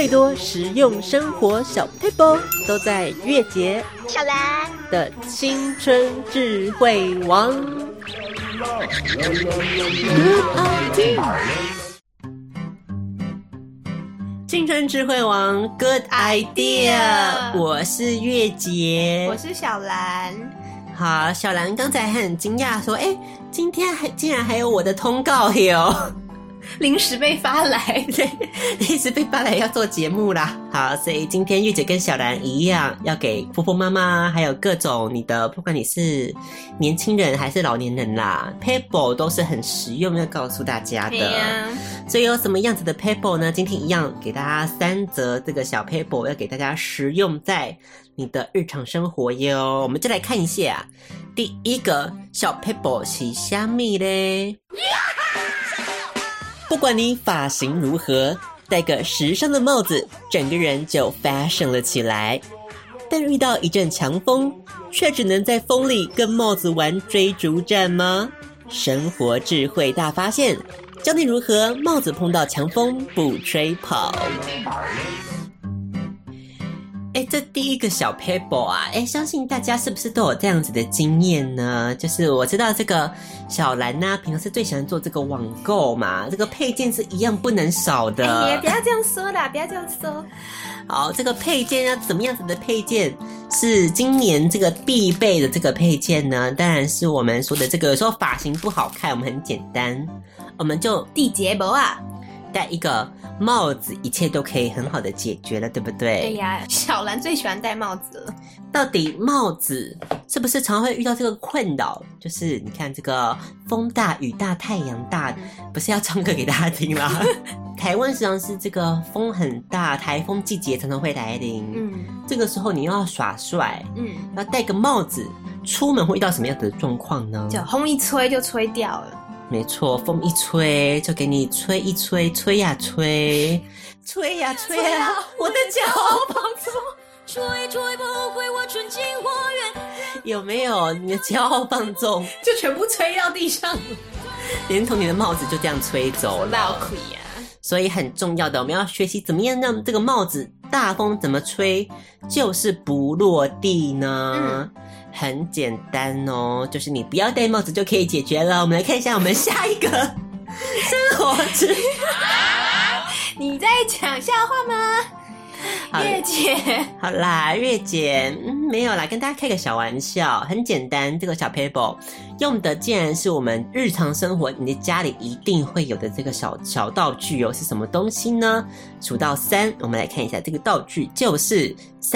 最多实用生活小撇步都在月姐小兰的青春智慧王。青春智慧王 Good idea， 我是月姐， 我是小兰。 好，小兰刚才很惊讶说今天竟然还有我的通告哟， 临时被发来， 对，临时被发来要做节目啦。好，所以今天月姐跟小兰一样，要给婆婆妈妈还有各种你的，不管你是年轻人还是老年人啦 ，paper 都是很实用要告诉大家的。所以有什么样子的 paper 呢？今天一样给大家3则这个小 paper 要给大家实用在你的日常生活哟。我们就来看一下第一个小 paper 是什么咧？不管你发型如何，戴个时尚的帽子，整个人就 fashion 了起来。但遇到一阵强风，却只能在风里跟帽子玩追逐战吗？生活智慧大发现，教你如何帽子碰到强风不吹跑。这第一个小 paper 啊，相信大家是不是都有这样子的经验呢？就是我知道这个小兰啊，平常是最喜欢做这个网购嘛，这个配件是一样不能少的。 不要这样说啦，不要这样说。 好，这个配件要怎么样子的配件是今年这个必备的这个配件呢？当然是我们说的这个，有时候发型不好看，我们很简单，我们就地结膜啊， 戴一个帽子，一切都可以很好的解决了，对不对？ 对呀，小兰最喜欢戴帽子了。 到底帽子是不是常会遇到这个困扰？就是你看这个风大雨大太阳大，不是要唱歌给大家听啦。台湾实际上是这个风很大，台风季节常常会来临。这个时候你又要耍帅，要戴个帽子，出门会遇到什么样的状况呢？ 就风一吹就吹掉了。 没错，风一吹就给你吹一吹，吹呀吹，吹呀吹啊，我的脚绑住，吹吹不回我纯净花园。有没有你的骄傲放纵， 就全部吹到地上了， 连同你的帽子就这样吹走了， 闹亏啊！ 所以很重要的，我们要学习怎么样让这个帽子大风怎么吹，就是不落地呢？很简单哦，就是你不要戴帽子就可以解决了。我们来看一下我们下一个生活之你在讲笑话吗？月姐， 好啦，月姐，没有啦，跟大家开个小玩笑，很简单。这个小 paper 用的竟然是我们日常生活，你的家里一定会有的这个小道具哦，是什么东西呢？数到3，我们来看一下这个道具，就是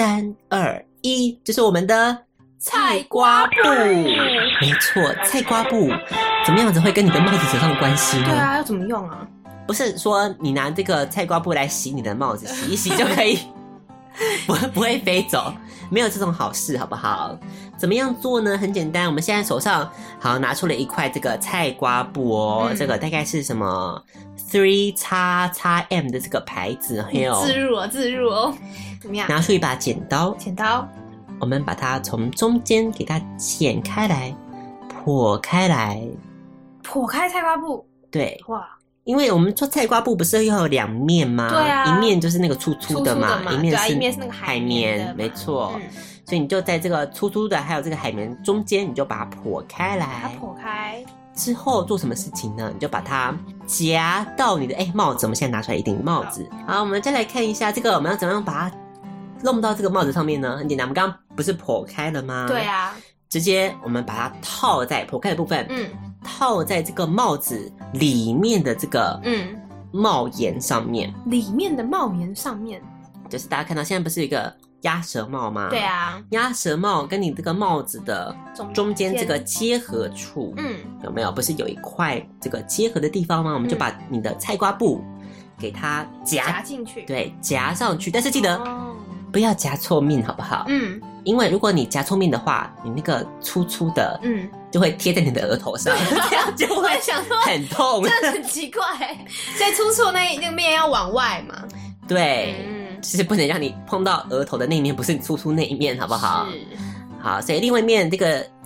3、2、1，就是我们的菜瓜布。没错，菜瓜布怎么样子会跟你的帽子扯上关系呢？ 对啊，要怎么用啊？ 不是说你拿这个菜瓜布来洗你的帽子，洗一洗就可以不会飞走，没有这种好事好不好？怎么样做呢？很简单，我们现在手上好拿出了一块这个菜瓜布哦，这个大概是什么 3XXM 的这个牌子，还有自入哦，怎么样？ 拿出一把剪刀，我们把它从中间给它剪开来，剖开来， 剖开菜瓜布， 对， 哇。 因为我们做菜瓜布不是要有2面吗？ 对啊， 一面就是那个粗粗的嘛，一面是那个海绵，没错。所以你就在这个粗粗的还有这个海绵中间，你就把它剖开来。 把它剖开之后做什么事情呢？你就把它夹到你的帽子。我们现在拿出来一顶帽子。好，我们再来看一下这个，我们要怎么样把它弄到这个帽子上面呢？很简单，我们刚刚不是剖开了吗？ 对啊， 直接我们把它套在剖开的部分，套在这个帽子里面的这个帽檐上面， 里面的帽檐上面， 就是大家看到现在不是有一个鸭舌帽吗？ 对啊， 鸭舌帽跟你这个帽子的中间这个结合处，有没有？不是有一块这个结合的地方吗？我们就把你的菜瓜布给它夹进去， 对，夹上去，但是记得不要夹错面，好不好？因为如果你夹错面的话，你那个粗粗的，就会贴在你的额头上，这样就会想说很痛， 这样很奇怪。所以粗粗的那个面要往外嘛？ 对，就是不能让你碰到额头的那一面，不是粗粗那一面，好不好？ 是。 好，所以另外一面这个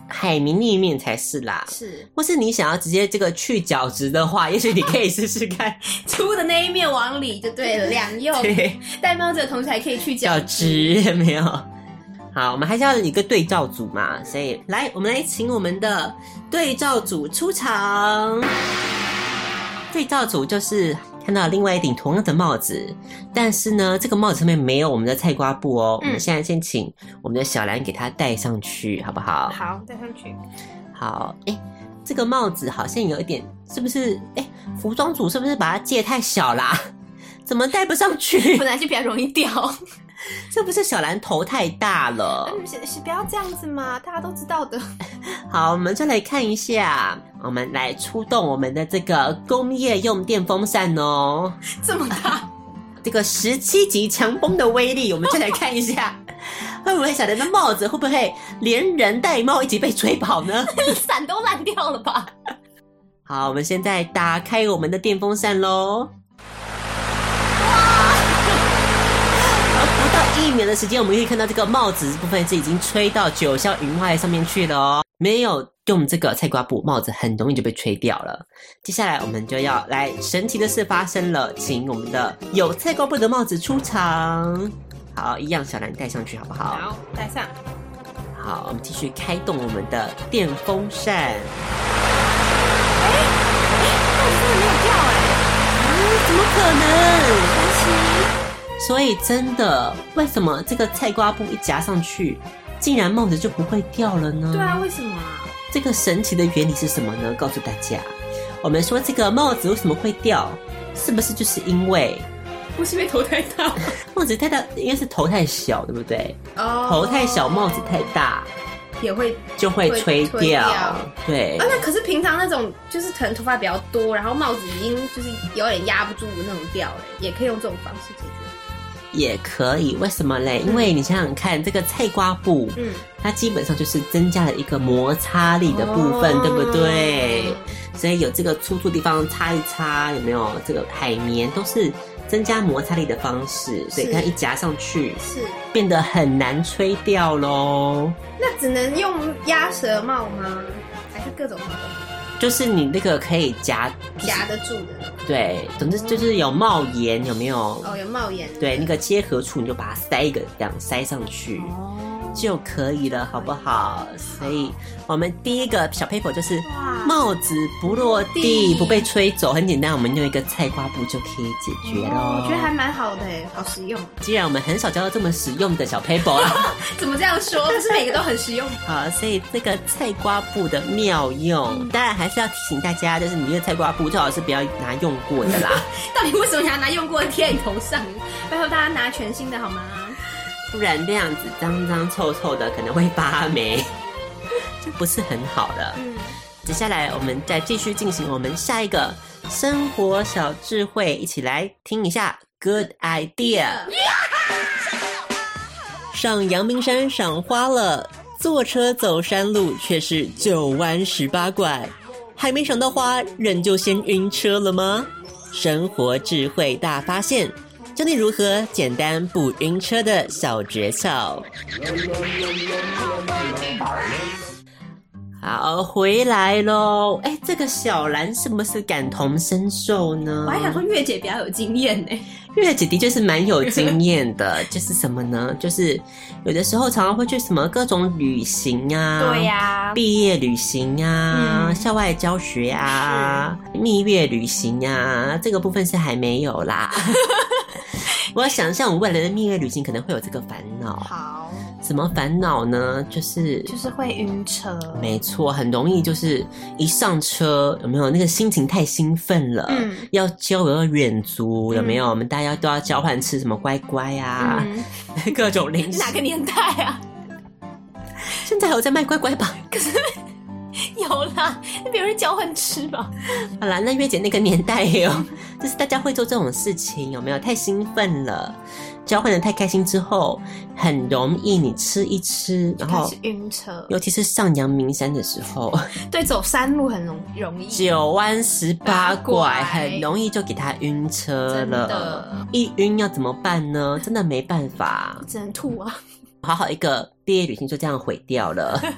海绵意面才是啦。 是， 或是你想要直接这个去角质的话，也许你可以试试看， 粗的那一面往里就对了，两用。 对， 戴帽子的同时还可以去角质，有没有？好，我们还是要有一个对照组嘛，所以来，我们来请我们的对照组出场。对照组就是看到另外一顶同样的帽子，但是呢，这个帽子上面没有我们的菜瓜布哦。我们现在先请我们的小兰给它戴上去，好不好？ 好，戴上去。 好，这个帽子好像有一点，是不是？服装组是不是把它借太小啦？怎么戴不上去？ 本来就比较容易掉。 是不是小兰头太大了？ 不要这样子嘛，大家都知道的。 好，我们就来看一下，我们来出动我们的这个工业用电风扇哦， 这么大， 这个17级强风的威力，我们就来看一下，会不会小兰的帽子会不会连人带帽一起被吹跑呢？ 伞都烂掉了吧？ 好，我们现在打开我们的电风扇咯。1秒的时间，我们可以看到这个帽子部分是已经吹到九霄云外上面去了哦。没有用这个菜瓜布，帽子很容易就被吹掉了。接下来我们就要来神奇的事发生了，请我们的有菜瓜布的帽子出场。好，一样小兰戴上去好不好？ 好，戴上。 好，我们继续开动我们的电风扇。 帽子真的没有掉怎么可能？ 神奇。 所以真的，为什么这个菜瓜布一夹上去，竟然帽子就不会掉了呢？ 对啊，为什么啊？ 这个神奇的原理是什么呢？告诉大家，我们说这个帽子为什么会掉，是不是就是因为不是因为头太大？ 帽子太大，应该是头太小，对不对？ 哦， 头太小，帽子太大， 也会就会吹掉。对那可是平常那种就是可能头发比较多，然后帽子已经就是有点压不住的那种掉了，也可以用这种方式解决。 也可以，为什么嘞？因为你想想看，这个菜瓜布，它基本上就是增加了一个摩擦力的部分，对不对？所以有这个粗粗地方擦一擦，有没有？这个海绵都是增加摩擦力的方式，所以它一夹上去，是变得很难吹掉咯。 那只能用鸭舌帽吗？还是各种帽？ 就是你那个可以夹得住的， 对，总之就是有帽檐，有没有？ 哦，有帽檐。对， 那个接合处你就把它塞上去，就可以了，好不好？所以我们第一个小 paper 就是帽子不落地，不被吹走，很简单，我们用一个菜瓜布就可以解决咯。 我觉得还蛮好的耶，好实用。 既然我们很少教到这么实用的小 paper 啦， 怎么这样说？不是每个都很实用。 好，所以这个菜瓜布的妙用，当然还是要提醒大家，就是你的菜瓜布最好是不要拿用过的啦。 到底为什么你要拿用过的贴在你头上？拜托大家拿全新的好吗？ 不然这样子脏脏臭臭的可能会发霉，就不是很好的。接下来我们再继续进行我们下一个生活小智慧，一起来听一下 Good idea。上阳明山赏花了，坐车走山路却是9弯18拐，还没赏到花，人就先晕车了吗？生活智慧大发现，教你如何简单不晕车的小诀窍。好，回来咯。这个小兰是不是感同身受呢？ 我还想说月姐比较有经验呢。 月姐的确是蛮有经验的，就是什么呢？就是有的时候常常会去什么各种旅行啊， 对呀， 毕业旅行啊，校外教学啊，蜜月旅行啊，这个部分是还没有啦。我想象我未来的蜜月旅行可能会有这个烦恼。 好， 什么烦恼呢？就是会晕车。 没错，很容易就是一上车，有没有那个心情太兴奋了？要交友远足，有没有？我们大家都要交换吃什么乖乖啊，各种零食。 哪个年代啊？ 现在还有在卖乖乖吧？ 可是有啦，那别人交换吃吧。 好啦，那月姐那个年代就是大家会做这种事情，有没有？太兴奋了，交换的太开心之后，很容易你吃一吃，然后晕车， 尤其是上阳明山的时候， 对，走山路很容易 9弯18拐，很容易就给他晕车了。一晕要怎么办呢？真的没办法， 只能吐啊。 好好一个毕业旅行就这样毁掉了。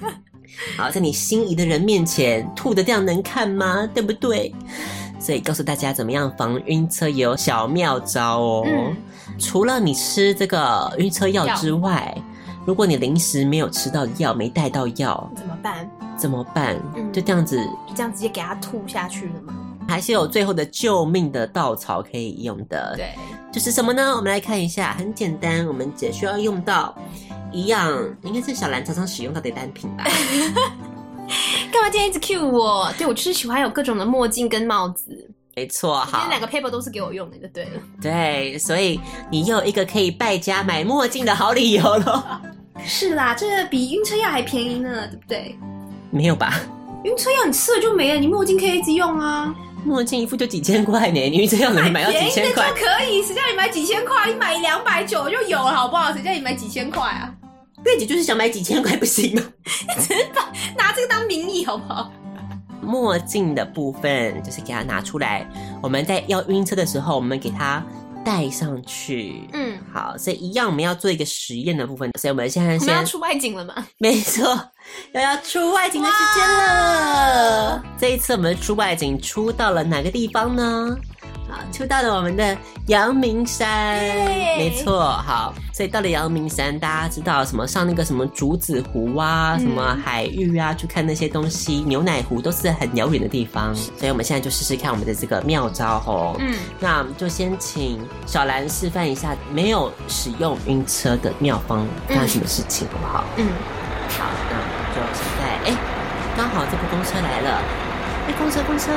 好，在你心仪的人面前吐的这样能看吗？对不对？所以告诉大家怎么样防晕车也有小妙招哦。除了你吃这个晕车药之外，如果你临时没有吃到药，没带到药，怎么办？就这样子， 这样直接给它吐下去了吗？ 还是有最后的救命的稻草可以用的。 对， 就是什么呢？我们来看一下，很简单，我们只需要用到一样，应该是小兰常常使用到的单品吧。 干嘛今天一直 cue 我？对，我就是喜欢有各种的墨镜跟帽子。 没错，好， 今天2个 paper 都是给我用的，就对了。 对，所以你又有一个可以败家买墨镜的好理由了。 是啦，这个比晕车药还便宜呢，对不对？ 没有吧？ 晕车药你吃了就没了，你墨镜可以一直用啊。 墨镜一副就几千块呢，你晕车药能买到几千块？ 就可以，谁叫你买几千块？你买290就有了，好不好？谁叫你买几千块啊？ 月姐就是想买几千块，不行吗？ 你只是拿这个当名义，好不好？ 墨镜的部分就是给它拿出来，我们在要晕车的时候，我们给它戴上去。好，所以一样我们要做一个实验的部分，所以我们现在我们要出外景了吗？ 没错，要出外景的时间了。这一次我们出外景出到了哪个地方呢？好，出到了我们的阳明山，没错。好，所以到了阳明山，大家知道什么上那个什么竹子湖啊，什么海域啊，去看那些东西，牛奶湖都是很遥远的地方。所以我们现在就试试看我们的这个妙招吼。那我们就先请小兰示范一下没有使用晕车的妙方发生什么事情，好不好？好，那我们就现在，刚好这部公车来了，公车。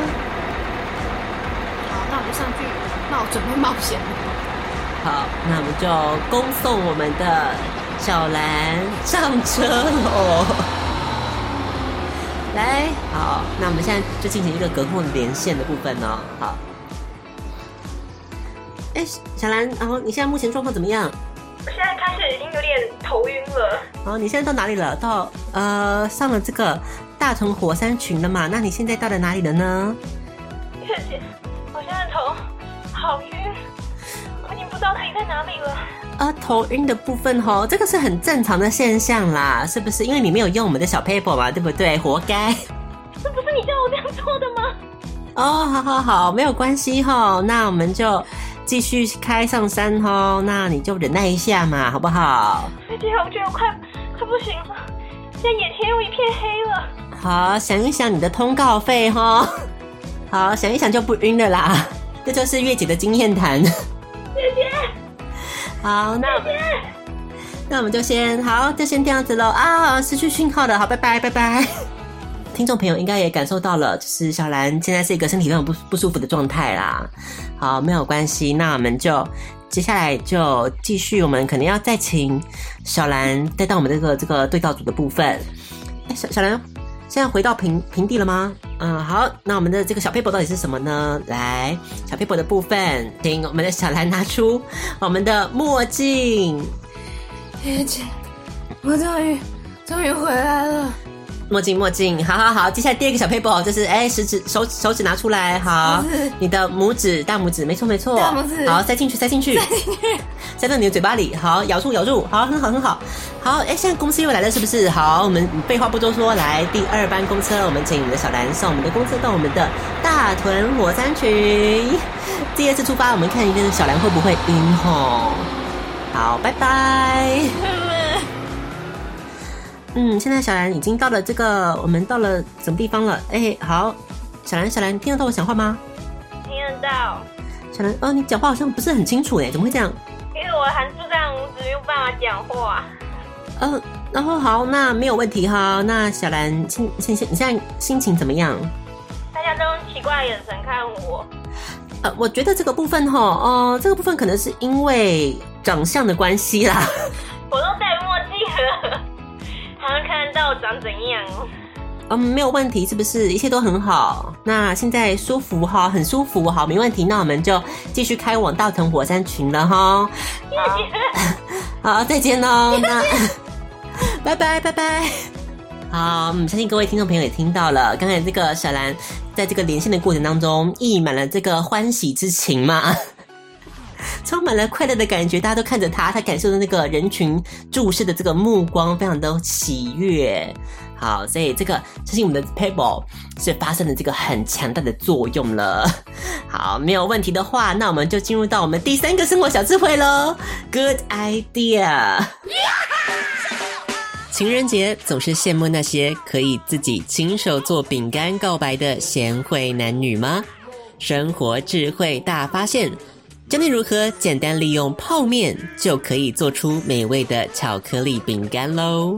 那我们就上去准备冒险。 好，那我们就恭送我们的小兰上车喽。来，好，那我们现在就进行一个隔空连线的部分哦。好，小兰，然后你现在目前状况怎么样？ 我现在开始已经有点头晕了。 好，你现在到哪里了？到上了这个大屯火山群了嘛？那你现在到了哪里了呢？ 谢谢。我现在头好晕，我已经不知道自己在哪里了。 头晕的部分吼，这个是很正常的现象啦，是不是？因为你没有用我们的小 paper 嘛，对不对？活该。 这不是你叫我这样做的吗？ 好，没有关系吼，那我们就继续开上山吼，那你就忍耐一下嘛，好不好？ 飞姐，我觉得我快不行了，现在眼前又一片黑了。 好，想一想你的通告费吼。好，想一想就不晕了啦，这就是月姐的经验谈。 姐姐， 好，那我们就先这样子咯啊，失去讯号了，好，拜拜。听众朋友应该也感受到了，就是小兰现在是一个身体非常不舒服的状态啦。好，没有关系，那我们就接下来就继续，我们可能要再请小兰带到我们这个对照组的部分。小兰。现在回到平地了吗？好，那我们的这个小 paper 到底是什么呢？来，小 paper 的部分，请我们的小兰拿出我们的墨镜。 月姐，我终于回来了。 墨镜，好，接下来第二个小 paper 就是手指拿出来，好，你的拇指，大拇指，没错， 大拇指， 好，塞进去，塞到你的嘴巴里，好，咬住，好，很好，好，现在公司又来了，是不是？好，我们废话不多说，来第2班公车，我们请我们的小兰上我们的公车到我们的大屯火山群。第2次出发，我们看一个小兰会不会晕吼。好，拜拜。现在小兰已经到了我们到了什么地方了？好，小兰，听得到我讲话吗？ 听得到。 小兰，你讲话好像不是很清楚怎么会这样？ 因为我含住这样拇指没有办法讲话。 然后好，那没有问题哈。那小兰，你现在心情怎么样？ 大家都用奇怪的眼神看我。 我觉得这个部分这个部分可能是因为长相的关系啦。 我都戴墨镜了。还能看得到我长怎样哦？ 没有问题，是不是？一切都很好。那现在舒服哈，很舒服，好，没问题。那我们就继续开往大屯火山群了哈。好，再见喽。那拜拜。好，相信各位听众朋友也听到了，刚才这个小兰在这个连线的过程当中，溢满了这个欢喜之情嘛。充满了快乐的感觉，大家都看着他感受的那个人群注视的这个目光非常的喜悦。 好，所以这个相信我们的 Pebble 是发生了这个很强大的作用了。好，没有问题的话，那我们就进入到我们第3个生活小智慧咯。 Good idea。 情人节总是羡慕那些可以自己亲手做饼干告白的贤惠男女吗？生活智慧大发现，教你如何简单利用泡面就可以做出美味的巧克力饼干咯。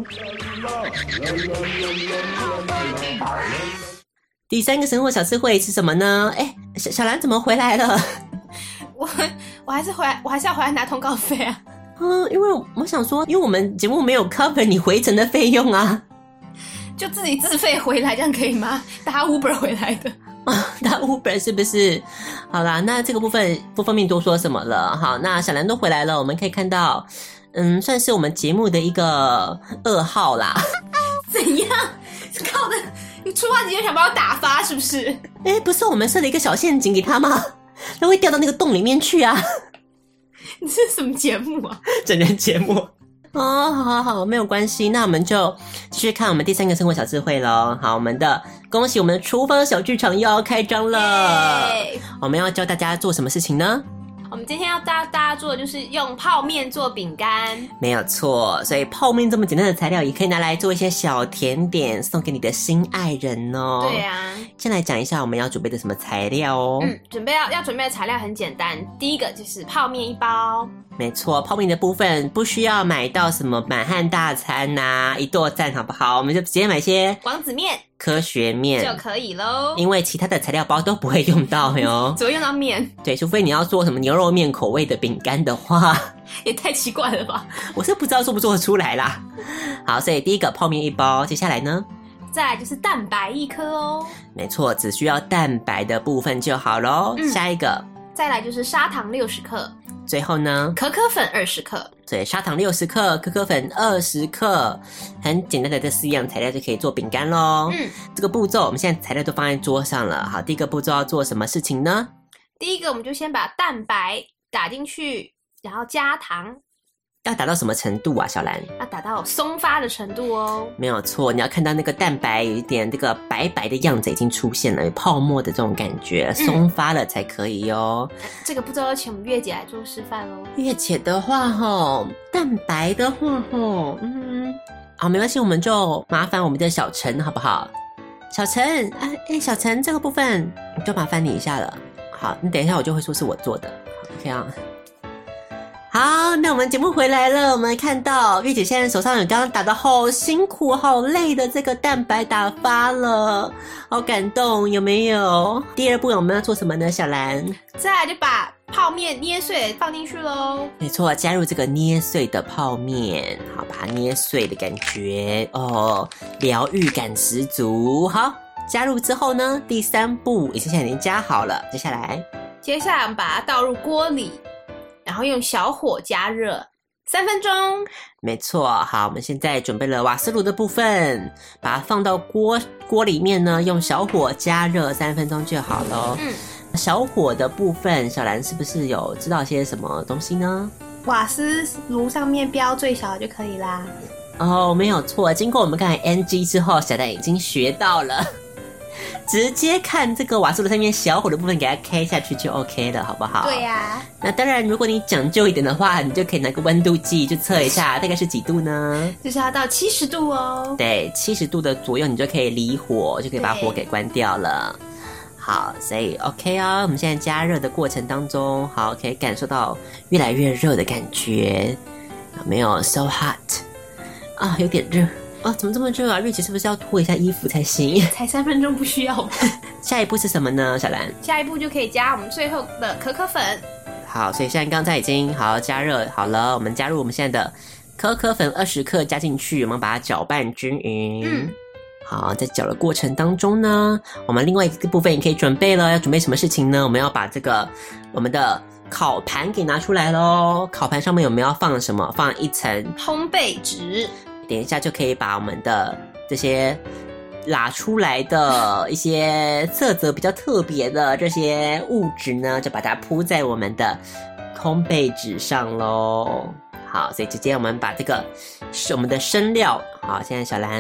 第3个生活小智慧是什么呢？小兰怎么回来了？ 我还是要回来拿通告费啊。 因为我想说，因为我们节目没有 cover 你回程的费用啊， 就自己自费回来，这样可以吗？搭 Uber 回来的。 搭 Uber 是不是？好啦，那这个部分不方便多说什么了。好，那小兰都回来了，我们可以看到，算是我们节目的一个2号啦。 怎样？靠的，你出发前就想把我打发是不是？ 不是我们设了一个小陷阱给他吗？他会掉到那个洞里面去啊。 你这是什么节目啊？ 整人节目。好，没有关系，那我们就继续看我们第3个生活小智慧咯。好，恭喜我们的厨房小剧场又要开张了。我们要教大家做什么事情呢？ 我们今天要大家做的就是用泡面做饼干。 没有错，所以泡面这么简单的材料也可以拿来做一些小甜点送给你的心爱人哦。 对啊， 先来讲一下我们要准备的什么材料哦。 要准备的材料很简单，第一个就是泡面1包。 没错，泡面的部分不需要买到什么满汉大餐啊一剁赞好不好，我们就直接买些王子面科学面就可以咯， 因为其他的材料包都不会用到哟。 只会用到面。 对，除非你要做什么牛肉面口味的饼干的话， 也太奇怪了吧。 我是不知道做不做得出来啦。好，所以第一个泡面1包，接下来呢？ 再来就是蛋白1颗哦。 没错，只需要蛋白的部分就好咯。下一个， 再来就是砂糖60克。 最后呢， 可可粉20克。 所以砂糖60克，可可粉20克，很简单的这4样材料就可以做饼干咯。这个步骤我们现在材料都放在桌上了。好，第一个步骤要做什么事情呢？ 第一个我们就先把蛋白打进去，然后加糖。 要打到什么程度啊，小兰？ 要打到松发的程度哦。 没有错，你要看到那个蛋白有一点这个白白的样子已经出现了，有泡沫的这种感觉，松发了才可以哦。 这个步骤要请我们月姐来做示范咯。 月姐的话蛋白的话好，没关系，我们就麻烦我们的小陈好不好？小陈，小陈这个部分就麻烦你一下了。好，你等一下我就会说是我做的。OK 啊。好，那我们节目回来了，我们看到月姐现在手上有刚刚打的好辛苦好累的这个蛋白打发了，好感动，有没有？第2步我们要做什么呢，小兰？ 再来就把泡面捏碎放进去咯。 没错，加入这个捏碎的泡面，好，把它捏碎的感觉疗愈感十足。好，加入之后呢，第3步也现在已经加好了，接下来我们把它倒入锅里，然后用小火加热3分钟。 没错，好，我们现在准备了瓦斯炉的部分，把它放到锅里面呢，用小火加热3分钟就好了。小火的部分，小兰是不是有知道些什么东西呢？ 瓦斯炉上面标最小就可以啦。 没有错，经过我们刚才 NG 之后，小兰已经学到了。直接看这个瓦斯炉上面小火的部分给它开下去就 OK 了，好不好？ 对呀。 那当然，如果你讲究一点的话，你就可以拿个温度计去测一下，大概是几度呢？ 就是要到70度哦。 对，70度的左右，你就可以离火，就可以把火给关掉了。好，所以 OK 哦。我们现在加热的过程当中，好，可以感受到越来越热的感觉，有没有 ？So hot 啊，有点热。怎么这么热啊？瑞姐是不是要脱一下衣服才行？ 才3分钟，不需要吧？ 下一步是什么呢，小兰？ 下一步就可以加我们最后的可可粉。 好，所以现在刚才已经好加热好了，我们加入我们现在的可可粉20克加进去，我们把它搅拌均匀。好，在搅的过程当中呢，我们另外一个部分也可以准备了。要准备什么事情呢？我们要把这个我们的烤盘给拿出来咯。烤盘上面我们要放什么？放一层烘焙纸。 等一下就可以把我们的这些拉出来的一些色泽比较特别的这些物质呢，就把它铺在我们的烘焙纸上咯。好，所以直接我们把这个是我们的生料。好，现在小兰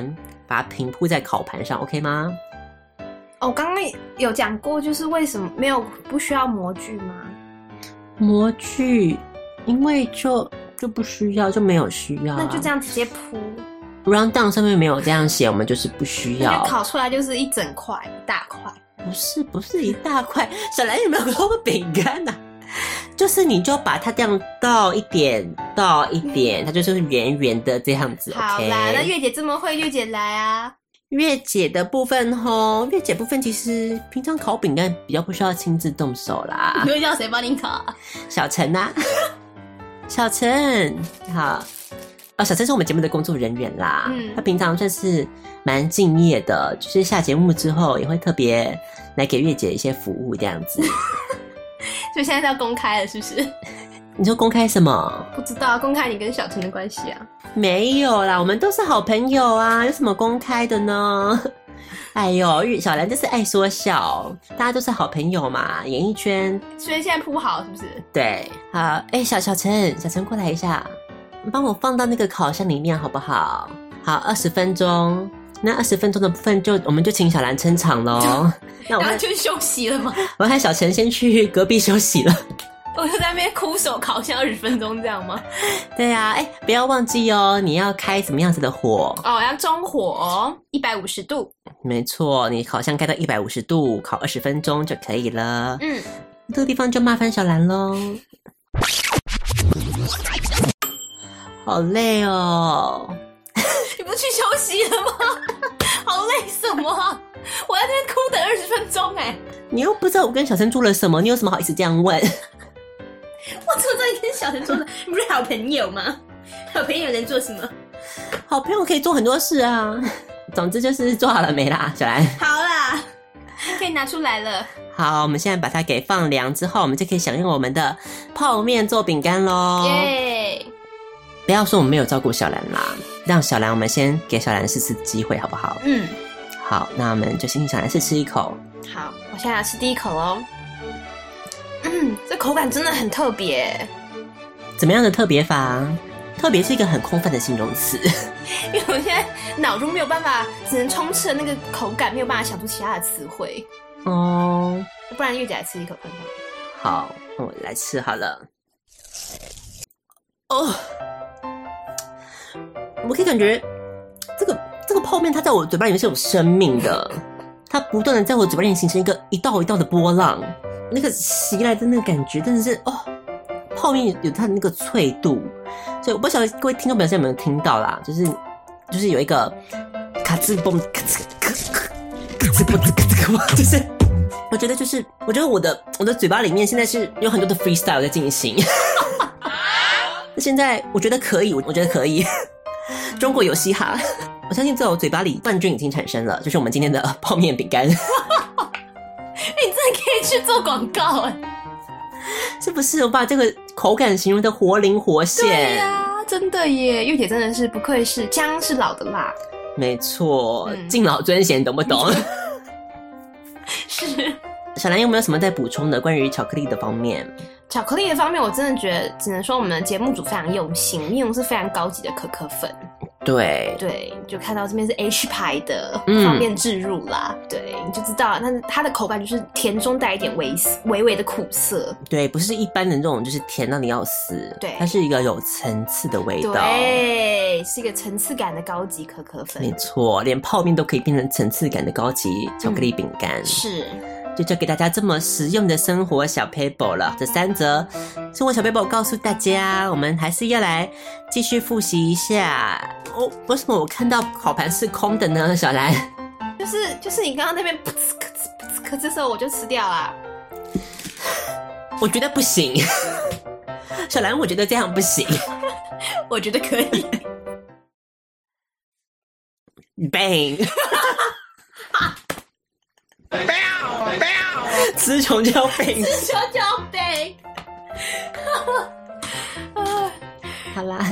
把它平铺在烤盘上 OK 吗？ 我刚刚有讲过，就是为什么不需要模具吗？ 模具因为就不需要，就没有需要那就这样直接铺。 Rundown 上面没有这样写，我们就是不需要。 那烤出来就是一整块一大块。 不是一大块。小兰有没有看过饼干啊？就是你就把它这样倒一点，它就是圆圆的这样子。 好啦，那月姐这么会，月姐来啊。 月姐的部分吼，月姐部分其实平常烤饼干比较不需要亲自动手啦。 你会叫谁帮你烤？ 小陈啊，小陈好。小陈是我们节目的工作人员啦，他平常算是蛮敬业的，就是下节目之后也会特别来给月姐一些服务这样子。 所以现在是要公开了是不是？ 你说公开什么？ 不知道，公开你跟小陈的关系啊？ 没有啦，我们都是好朋友啊，有什么公开的呢？哎呦，小兰就是爱说笑，大家都是好朋友嘛，演艺圈。 所以现在铺好是不是？ 对，好，小陈过来一下，你帮我放到那个烤箱里面好不好？好，20分钟。那20分钟的部分我们就请小兰撑场咯。那然后就休息了吗？ 我和小陈先去隔壁休息了。 我就在那边哭手烤箱20分钟这样吗？ 对啊，不要忘记哦，你要开什么样子的火？ 要中火150度。 没错，你烤箱开到150度，烤20分钟就可以了。这个地方就麻烦小兰咯。好累哦。 你不去休息了吗？好累什么啊？我在那边哭等20分钟你又不知道我跟小陈做了什么，你有什么好意思这样问？ 我怎么在跟小陈做的？你不是好朋友吗？好朋友能做什么？ 好朋友可以做很多事啊。总之就是做好了没啦，小兰？ 好啦，可以拿出来了。 好，我们现在把它给放凉之后，我们就可以享用我们的泡面做饼干咯。 耶！ 不要说我们没有照顾小兰啦，让小兰，我们先给小兰试试机会好不好？好，那我们就先请小兰试吃一口。 好，我现在要吃第一口咯。这口感真的很特别。 怎么样的特别法？特别是一个很空泛的形容词。 因为我现在脑中没有办法，只能充斥的那个口感，没有办法想出其他的词汇。不然月姐来吃一口看看。 好，那我来吃好了。我可以感觉这个泡面它在我嘴巴里面是有生命的，它不断的在我嘴巴里面形成一道一道的波浪，那个袭来的那个感觉真的是泡面有它的那个脆度，所以我不晓得各位听众朋友有没有听到啦，就是有一个咔吱嘣咔吱咔吱嘣咔吱嘣，就是我觉得我的嘴巴里面现在是有很多的 freestyle 在进行。现在我觉得可以，中国有嘻哈，我相信在我嘴巴里冠军已经产生了，就是我们今天的泡面饼干。 你真的可以去做广告是不是？我把这个口感形容的活灵活现。 对呀，真的耶，月姐真的是不愧是姜是老的辣。 没错，敬老尊贤，懂不懂？ 是。 小兰有没有什么在补充的关于巧克力的方面？ 巧克力的方面，我真的觉得只能说我们的节目组非常用心，因为我们是非常高级的可可粉。 对， 就看到这边是 H 牌的，方便置入啦。对，你就知道，那它的口感就是甜中带一点微微的苦涩。 对，不是一般的那种就是甜到你要死。 对， 它是一个有层次的味道。 对，是一个层次感的高级可可粉。 没错，连泡面都可以变成层次感的高级巧克力饼干。 是。 就教给大家这么实用的生活小 paper 了。这3则生活小 paper 告诉大家，我们还是要来继续复习一下。为什么我看到烤盘是空的呢？小兰， 就是你刚刚那边噗呲咳呲噗呲咳呲的时候，我就吃掉啦。 我觉得不行，小兰，我觉得这样不行。 我觉得可以。 Bang！词穷就要背， 词穷就要背。 好啦，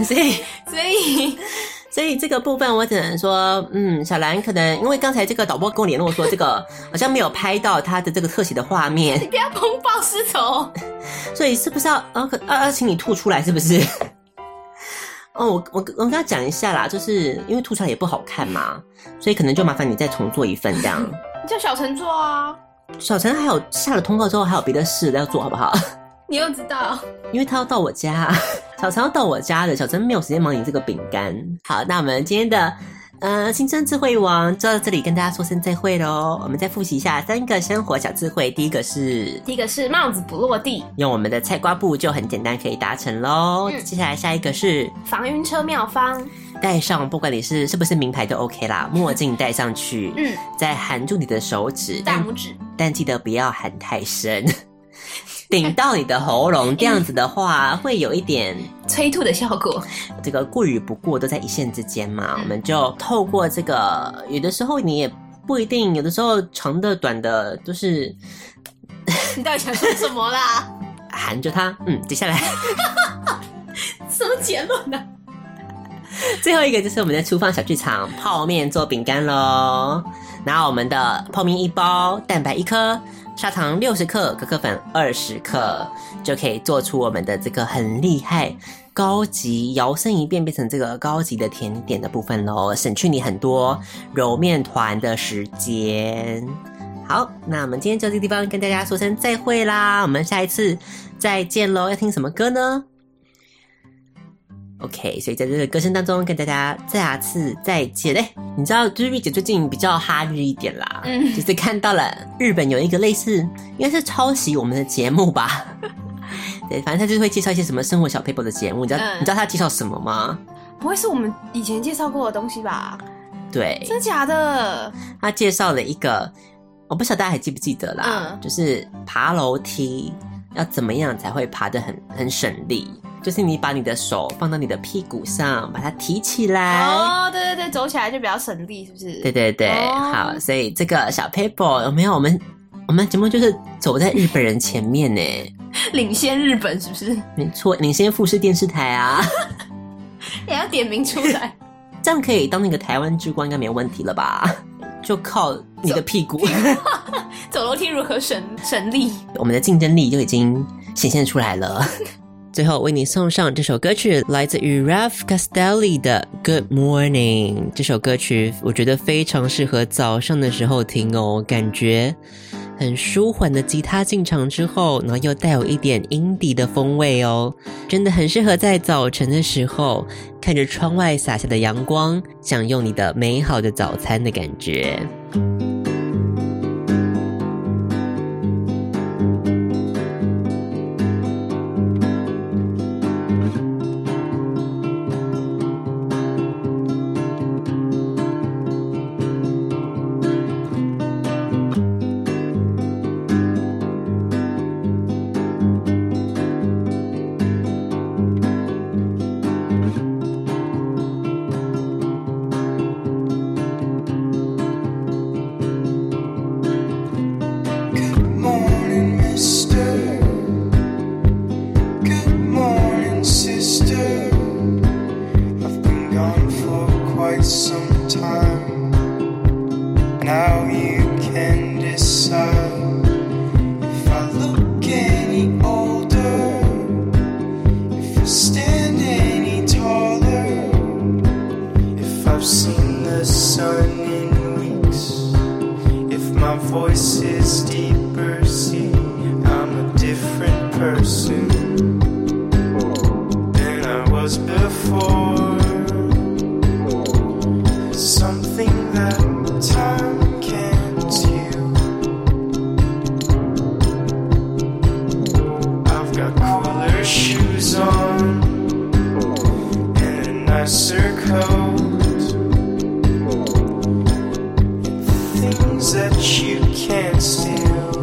所以这个部分我只能说，小兰可能因为刚才这个导播跟我联络说，这个好像没有拍到他的这个特写的画面， 你不要公报私仇。 所以是不是要请你吐出来？是不是？ 哦，我跟他讲一下啦，就是因为吐出来也不好看嘛，所以可能就麻烦你再重做一份这样。 叫小陈做啊。 小陈还有下了通告之后还有别的事要做，好不好？ 你又知道， 因为他要到我家，小陈要到我家的，小陈没有时间忙你这个饼干。好，那我们今天的青春智慧王就到这里跟大家说声再会咯。我们再复习一下3个生活小智慧。第一个是帽子不落地， 用我们的菜瓜布就很简单可以达成咯。接下来下一个是防晕车妙方， 戴上不管你是不是名牌都 OK 啦，墨镜戴上去，再含住你的手指大拇指， 但记得不要含太深，顶到你的喉咙，这样子的话会有一点催吐的效果。 这个过与不过都在一线之间嘛，我们就透过这个，有的时候你也不一定，有的时候长的短的都是。 你到底想说什么啦？ 含着它，接下来什么结论呢？ 最后一个就是我们的厨房小剧场，泡面做饼干咯。拿我们的泡面1包，蛋白1颗，砂糖60克，可可粉20克，就可以做出我们的这个很厉害高级摇身一变变成这个高级的甜点的部分咯，省去你很多揉面团的时间。好，那我们今天就这个地方跟大家说声再会啦，我们下一次再见咯。要听什么歌呢？OK， 所以在这个歌声当中跟大家下次再见。你知道就是玉姐最近比较哈日一点啦，就是看到了日本有一个类似应该是抄袭我们的节目吧。对，反正他就是会介绍一些什么生活小 paper 的节目，你知道他介绍什么吗？ 不会是我们以前介绍过的东西吧？ 对， 真的假的？ 他介绍了一个，我不晓得大家还记不记得啦，就是爬楼梯要怎么样才会爬得很省力。就是你把你的手放到你的屁股上，把它提起来。 哦，对对对，走起来就比较省力，是不是？ 对对对，好，所以这个小 paper 有没有？我们节目就是走在日本人前面呢， 领先日本是不是？ 没错，领先富士电视台啊， 也要点名出来， 这样可以当那个台湾之光，应该没有问题了吧？就靠你的屁股， 走楼梯如何省力？ 我们的竞争力就已经显现出来了。最后为你送上这首歌曲，来自于 Ralph Castelli 的 Good Morning。 这首歌曲我觉得非常适合早上的时候听哦，感觉很舒缓的吉他进场之后，然后又带有一点indie底的风味哦，真的很适合在早晨的时候看着窗外洒下的阳光，享用你的美好的早餐的感觉。 That you can't steal.